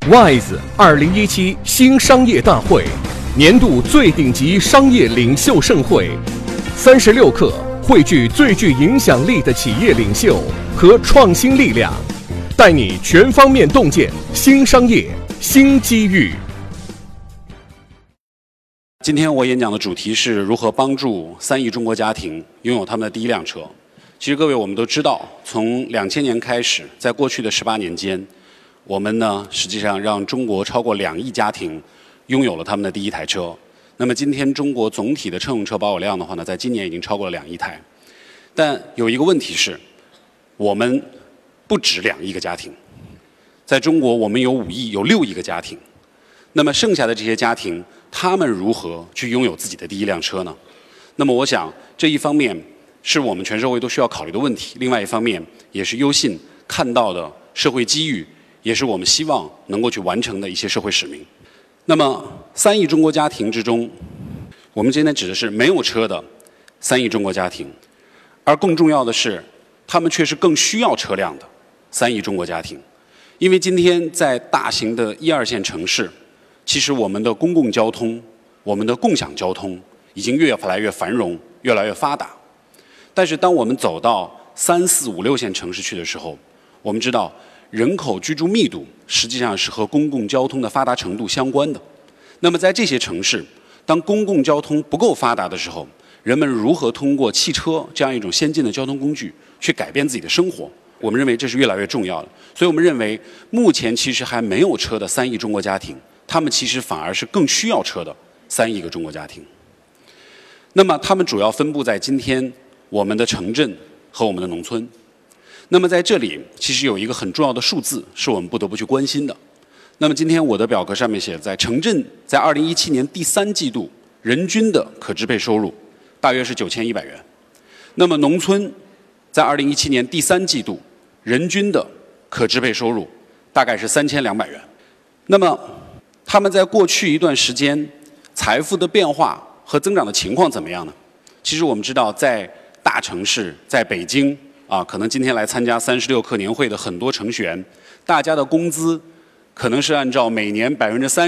WISE 2017新商业大会，年度最顶级商业领袖盛会，36课汇聚最具影响力的企业领袖和创新力量，带你全方面洞见新商业新机遇。 今天我演讲的主题是如何帮助3亿中国家庭拥有他们的第一辆车。其实各位我们都知道，从2000年开始，在过去的18年间，我们呢实际上让中国超过2亿家庭拥有了他们的第一台车。那么今天中国总体的乘用车保有量的话呢，在今年已经超过了2亿台。但有一个问题是，我们不止2亿个家庭，在中国我们有5亿、有6亿个家庭。那么剩下的这些家庭，他们如何去拥有自己的第一辆车呢？那么我想这一方面是我们全社会都需要考虑的问题，另外一方面也是优信看到的社会机遇，也是我们希望能够去完成的一些社会使命。那么3亿中国家庭之中，我们今天指的是没有车的3亿中国家庭，而更重要的是，他们却是更需要车辆的3亿中国家庭。因为今天在大型的1、2线城市，其实我们的公共交通、我们的共享交通已经越来越繁荣、越来越发达。但是当我们走到3、4、5、6线城市去的时候，我们知道人口居住密度实际上是和公共交通的发达程度相关的。那么在这些城市，当公共交通不够发达的时候，人们如何通过汽车这样一种先进的交通工具去改变自己的生活？我们认为这是越来越重要的。所以我们认为，目前其实还没有车的3亿中国家庭，他们其实反而是更需要车的3亿个中国家庭。那么他们主要分布在今天我们的城镇和我们的农村。那么在这里其实有一个很重要的数字是我们不得不去关心的。那么今天我的表格上面写，在城镇在2017年第3季度人均的可支配收入大约是9100元。那么农村在2017年第3季度人均的可支配收入大概是3200元。那么他们在过去一段时间财富的变化和增长的情况怎么样呢？其实我们知道，在大城市，在北京可能今天来参加36课年会的很多程序员，大家的工资可能是按照每年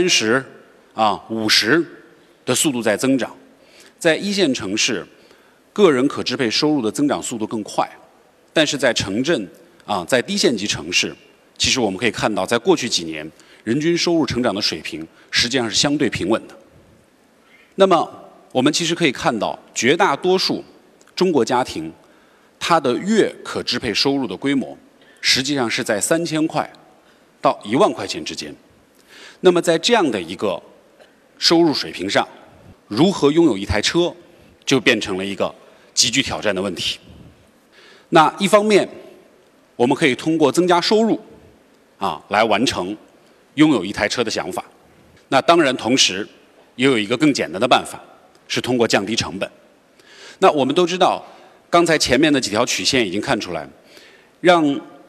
30%、50%的速度在增长。在1线城市，个人可支配收入的增长速度更快，但是在城镇在低线级城市，其实我们可以看到，在过去几年，人均收入成长的水平实际上是相对平稳的。那么我们其实可以看到，绝大多数中国家庭它的月可支配收入的规模实际上是在3000块到1万块钱之间。那么在这样的一个收入水平上，如何拥有一台车就变成了一个极具挑战的问题。那一方面我们可以通过增加收入来完成拥有一台车的想法。那当然同时也有一个更简单的办法，是通过降低成本。那我们都知道，刚才前面的几条曲线已经看出来，让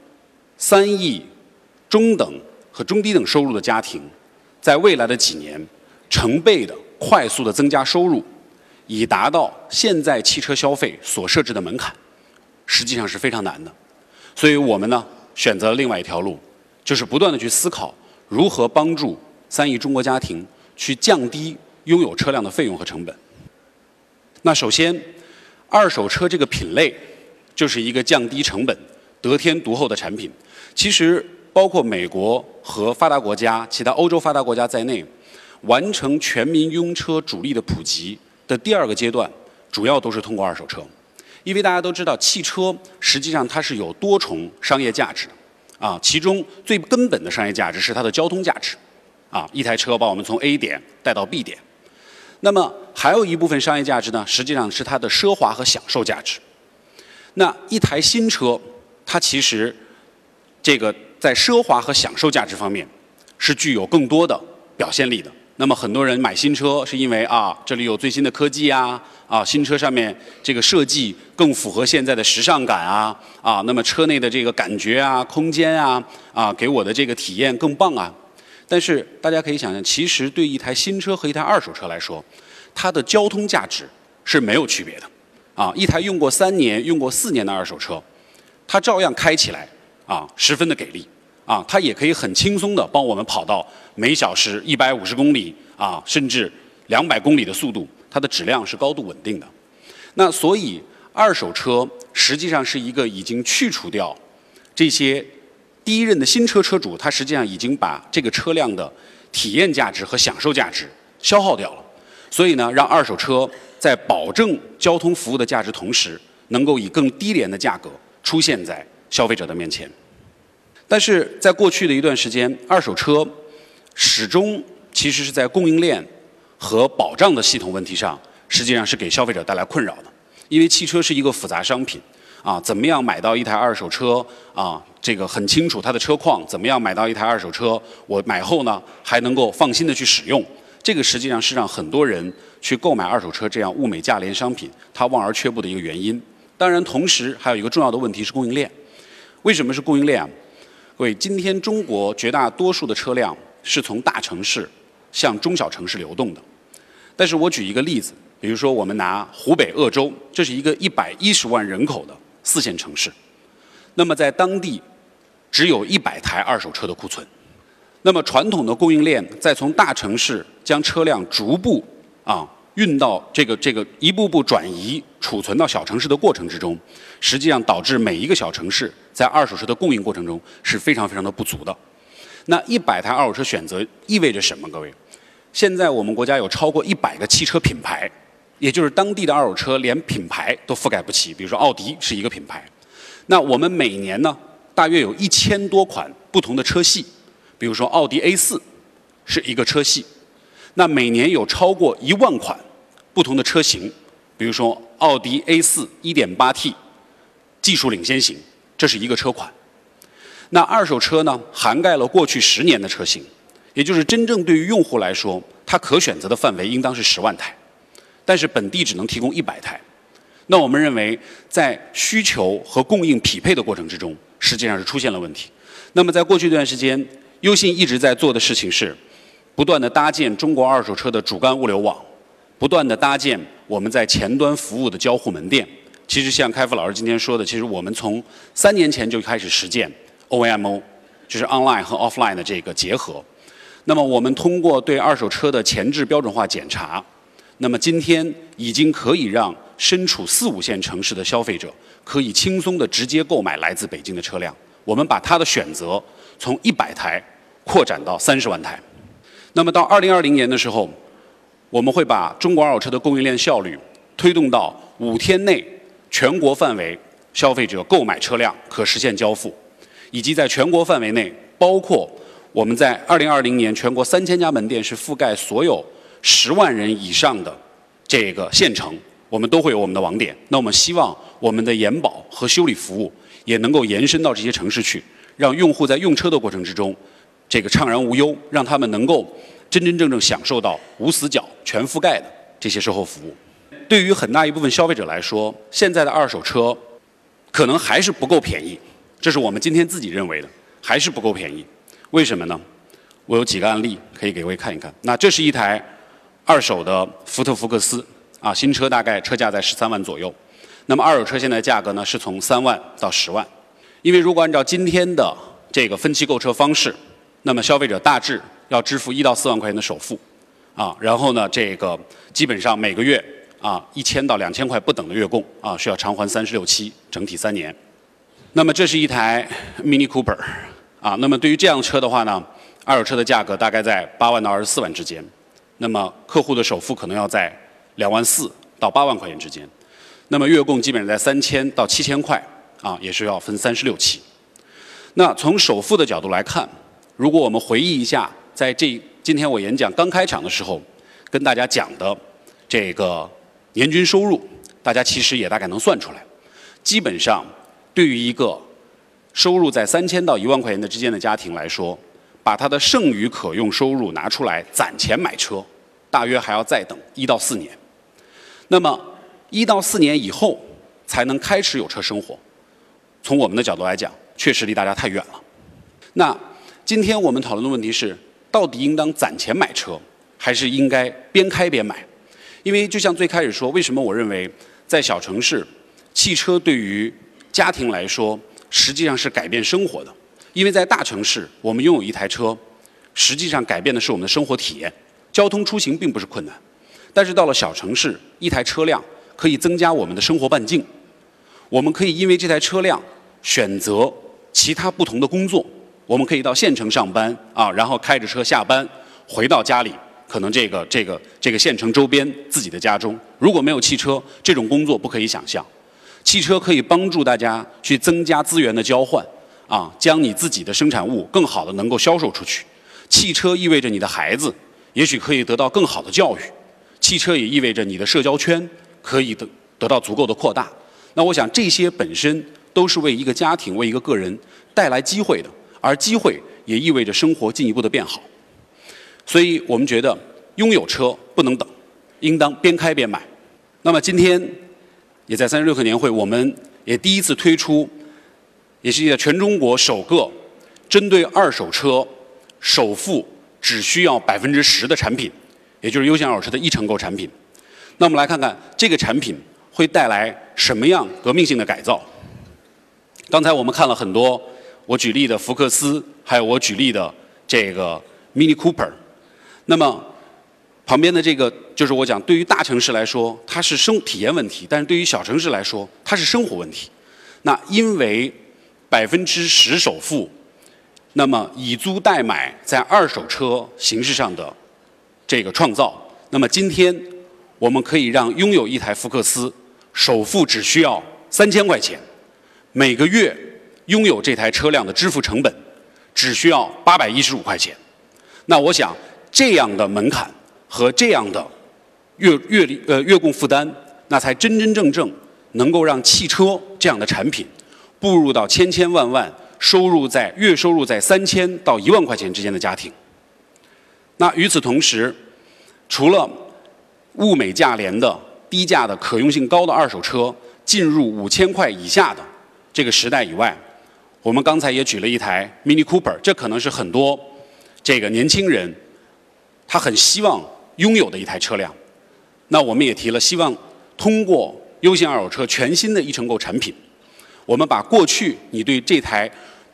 3亿中等和中低等收入的家庭在未来的几年成倍的快速的增加收入，以达到现在汽车消费所设置的门槛，实际上是非常难的。所以我们呢选择了另外一条路，就是不断的去思考如何帮助3亿中国家庭去降低拥有车辆的费用和成本。那首先，二手车这个品类就是一个降低成本、得天独厚的产品。其实包括美国和发达国家、其他欧洲发达国家在内，完成全民拥车主力的普及的第2个阶段，主要都是通过二手车。因为大家都知道，汽车实际上它是有多重商业价值的其中最根本的商业价值是它的交通价值一台车把我们从 A 点带到 B 点。那么还有一部分商业价值呢，实际上是它的奢华和享受价值。那一台新车，它其实这个在奢华和享受价值方面是具有更多的表现力的。那么很多人买新车是因为这里有最新的科技新车上面这个设计更符合现在的时尚感那么车内的这个感觉空间给我的这个体验更棒但是大家可以想象，其实对一台新车和一台二手车来说，它的交通价值是没有区别的一台用过3年、用过4年的二手车，它照样开起来十分的给力它也可以很轻松地帮我们跑到每小时150公里甚至200公里的速度，它的质量是高度稳定的。那所以二手车实际上是一个已经去除掉这些第一任的新车车主，他实际上已经把这个车辆的体验价值和享受价值消耗掉了。所以呢，让二手车在保证交通服务的价值同时，能够以更低廉的价格出现在消费者的面前。但是在过去的一段时间，二手车始终其实是在供应链和保障的系统问题上，实际上是给消费者带来困扰的。因为汽车是一个复杂商品怎么样买到一台二手车这个很清楚它的车况，怎么样买到一台二手车，我买后呢还能够放心的去使用，这个实际上是让很多人去购买二手车这样物美价廉商品它望而却步的一个原因。当然，同时还有一个重要的问题是供应链。为什么是供应链各位，今天中国绝大多数的车辆是从大城市向中小城市流动的。但是我举一个例子，比如说我们拿湖北鄂州，这是一个110万人口的4线城市，那么在当地只有100台二手车的库存。那么传统的供应链在从大城市将车辆逐步运到这个一步步转移储存到小城市的过程之中，实际上导致每一个小城市在二手车的供应过程中是非常非常的不足的。那100台二手车选择意味着什么？各位，现在我们国家有超过100个汽车品牌，也就是当地的二手车连品牌都覆盖不齐。比如说奥迪是一个品牌，那我们每年呢大约有1000多款不同的车系，比如说奥迪 A4 是一个车系，那每年有超过1万款不同的车型，比如说奥迪 A4 1.8T 技术领先型，这是一个车款。那二手车呢，涵盖了过去10年的车型，也就是真正对于用户来说，他可选择的范围应当是10万台，但是本地只能提供100台。那我们认为，在需求和供应匹配的过程之中，实际上是出现了问题。那么在过去一段时间，优信一直在做的事情是，不断地搭建中国二手车的主干物流网，不断地搭建我们在前端服务的交互门店。其实像开复老师今天说的，其实我们从3年前就开始实践 OMO， 就是 online 和 offline 的这个结合。那么我们通过对二手车的前置标准化检查，那么今天已经可以让身处4、5线城市的消费者可以轻松地直接购买来自北京的车辆。我们把它的选择从100台扩展到30万台。那么到2020年的时候，我们会把中国二手车的供应链效率推动到5天内全国范围消费者购买车辆可实现交付，以及在全国范围内，包括我们在2020年全国3000家门店是覆盖所有10万人以上的这个县城，我们都会有我们的网点。那我们希望我们的延保和修理服务也能够延伸到这些城市去，让用户在用车的过程之中这个畅然无忧，让他们能够真真正正享受到无死角、全覆盖的这些售后服务。对于很大一部分消费者来说，现在的二手车可能还是不够便宜，这是我们今天自己认为的，还是不够便宜。为什么呢？我有几个案例可以给各位看一看。那这是一台二手的福特福克斯新车大概车价在13万左右。那么二手车现在价格呢是从3万到10万。因为如果按照今天的这个分期购车方式，那么消费者大致要支付1到4万块钱的首付然后呢这个基本上每个月1000到2000块不等的月供需要偿还36期，整体3年。那么这是一台 Mini Cooper那么对于这样的车的话呢，二手车的价格大概在8万到24万之间。那么客户的首付可能要在2万4到8万块钱之间。那么月供基本上在3000到7000块也是要分36期。那从首付的角度来看，如果我们回忆一下，在今天我演讲刚开场的时候跟大家讲的这个年均收入，大家其实也大概能算出来。基本上对于一个收入在3000到1万块钱的之间的家庭来说，把他的剩余可用收入拿出来攒钱买车，大约还要再等1到4年。那么1到4年以后才能开始有车生活，从我们的角度来讲，确实离大家太远了。那今天我们讨论的问题是，到底应当攒钱买车，还是应该边开边买？因为就像最开始说，为什么我认为在小城市，汽车对于家庭来说实际上是改变生活的。 因为在大城市，我们拥有一台车，实际上改变的是我们的生活体验，交通出行并不是困难。但是到了小城市，一台车辆可以增加我们的生活半径，我们可以因为这台车辆选择其他不同的工作，我们可以到县城上班啊，然后开着车下班，回到家里，可能这个县城周边自己的家中。如果没有汽车，这种工作不可以想象。汽车可以帮助大家去增加资源的交换啊，将你自己的生产物更好的能够销售出去。汽车意味着你的孩子也许可以得到更好的教育，汽车也意味着你的社交圈可以得到足够的扩大。那我想这些本身都是为一个家庭、为一个个人带来机会的，而机会也意味着生活进一步的变好。所以我们觉得拥有车不能等，应当边开边买。那么今天也在36氪年会，我们也第一次推出，也是全中国首个针对二手车首付只需要10%的产品，也就是优信二手车的一承购产品。那我们来看看这个产品会带来什么样革命性的改造。刚才我们看了很多，我举例的福克斯，还有我举例的这个 Mini Cooper。那么旁边的这个就是我讲，对于大城市来说它是体验问题，但是对于小城市来说它是生活问题。那因为10%首付，那么以租代买在二手车形式上的这个创造，那么今天我们可以让拥有一台福克斯首付只需要3000块钱，每个月拥有这台车辆的支付成本只需要815块钱。那我想这样的门槛和这样的月供负担，那才真真正正能够让汽车这样的产品步入到千万万月收入在3000到1万块钱之间的家庭。那与此同时，除了物美价廉的低价的可用性高的二手车进入5000块以下的这个时代以外，我们刚才也举了一台 Mini Cooper， 这可能是很多这个年轻人他很希望拥有的一台车辆。那我们也提了，希望通过优信二手车全新的一承购产品，我们把过去你对这台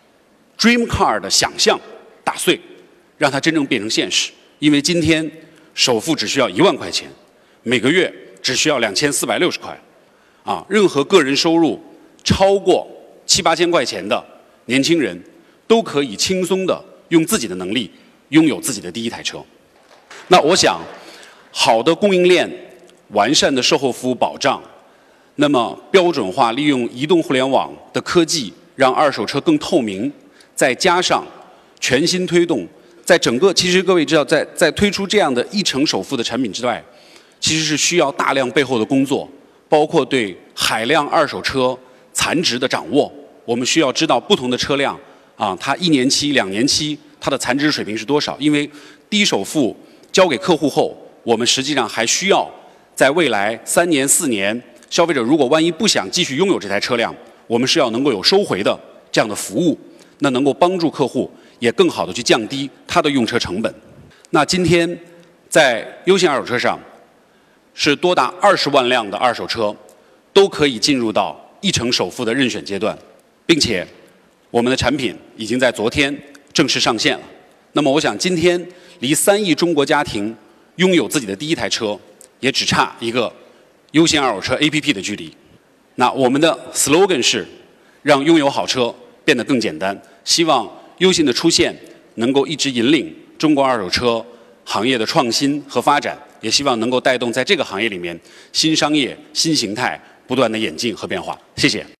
Dream Car 的想象打碎，让它真正变成现实。因为今天首付只需要1万块钱，每个月只需要2460块，啊，任何个人收入超过7、8千块钱的年轻人，都可以轻松的用自己的能力拥有自己的第一台车。那我想，好的供应链、完善的售后服务保障，那么标准化利用移动互联网的科技，让二手车更透明，再加上全新推动，在整个其实各位知道，在推出这样的一承首付的产品之外，其实是需要大量背后的工作，包括对海量二手车残值的掌握。我们需要知道不同的车辆啊，它1年期、2年期它的残值水平是多少？因为低首付交给客户后，我们实际上还需要在未来3年、4年，消费者如果万一不想继续拥有这台车辆，我们是要能够有收回的这样的服务，那能够帮助客户也更好的去降低他的用车成本。那今天在优信二手车上，是多达20万辆的二手车都可以进入到一承首付的任选阶段，并且我们的产品已经在昨天正式上线了。那么我想今天离3亿中国家庭拥有自己的第一台车，也只差一个优信二手车 APP 的距离。那我们的 slogan 是让拥有好车变得更简单，希望优信的出现能够一直引领中国二手车行业的创新和发展，也希望能够带动在这个行业里面新商业、新形态不断的演进和变化。谢谢。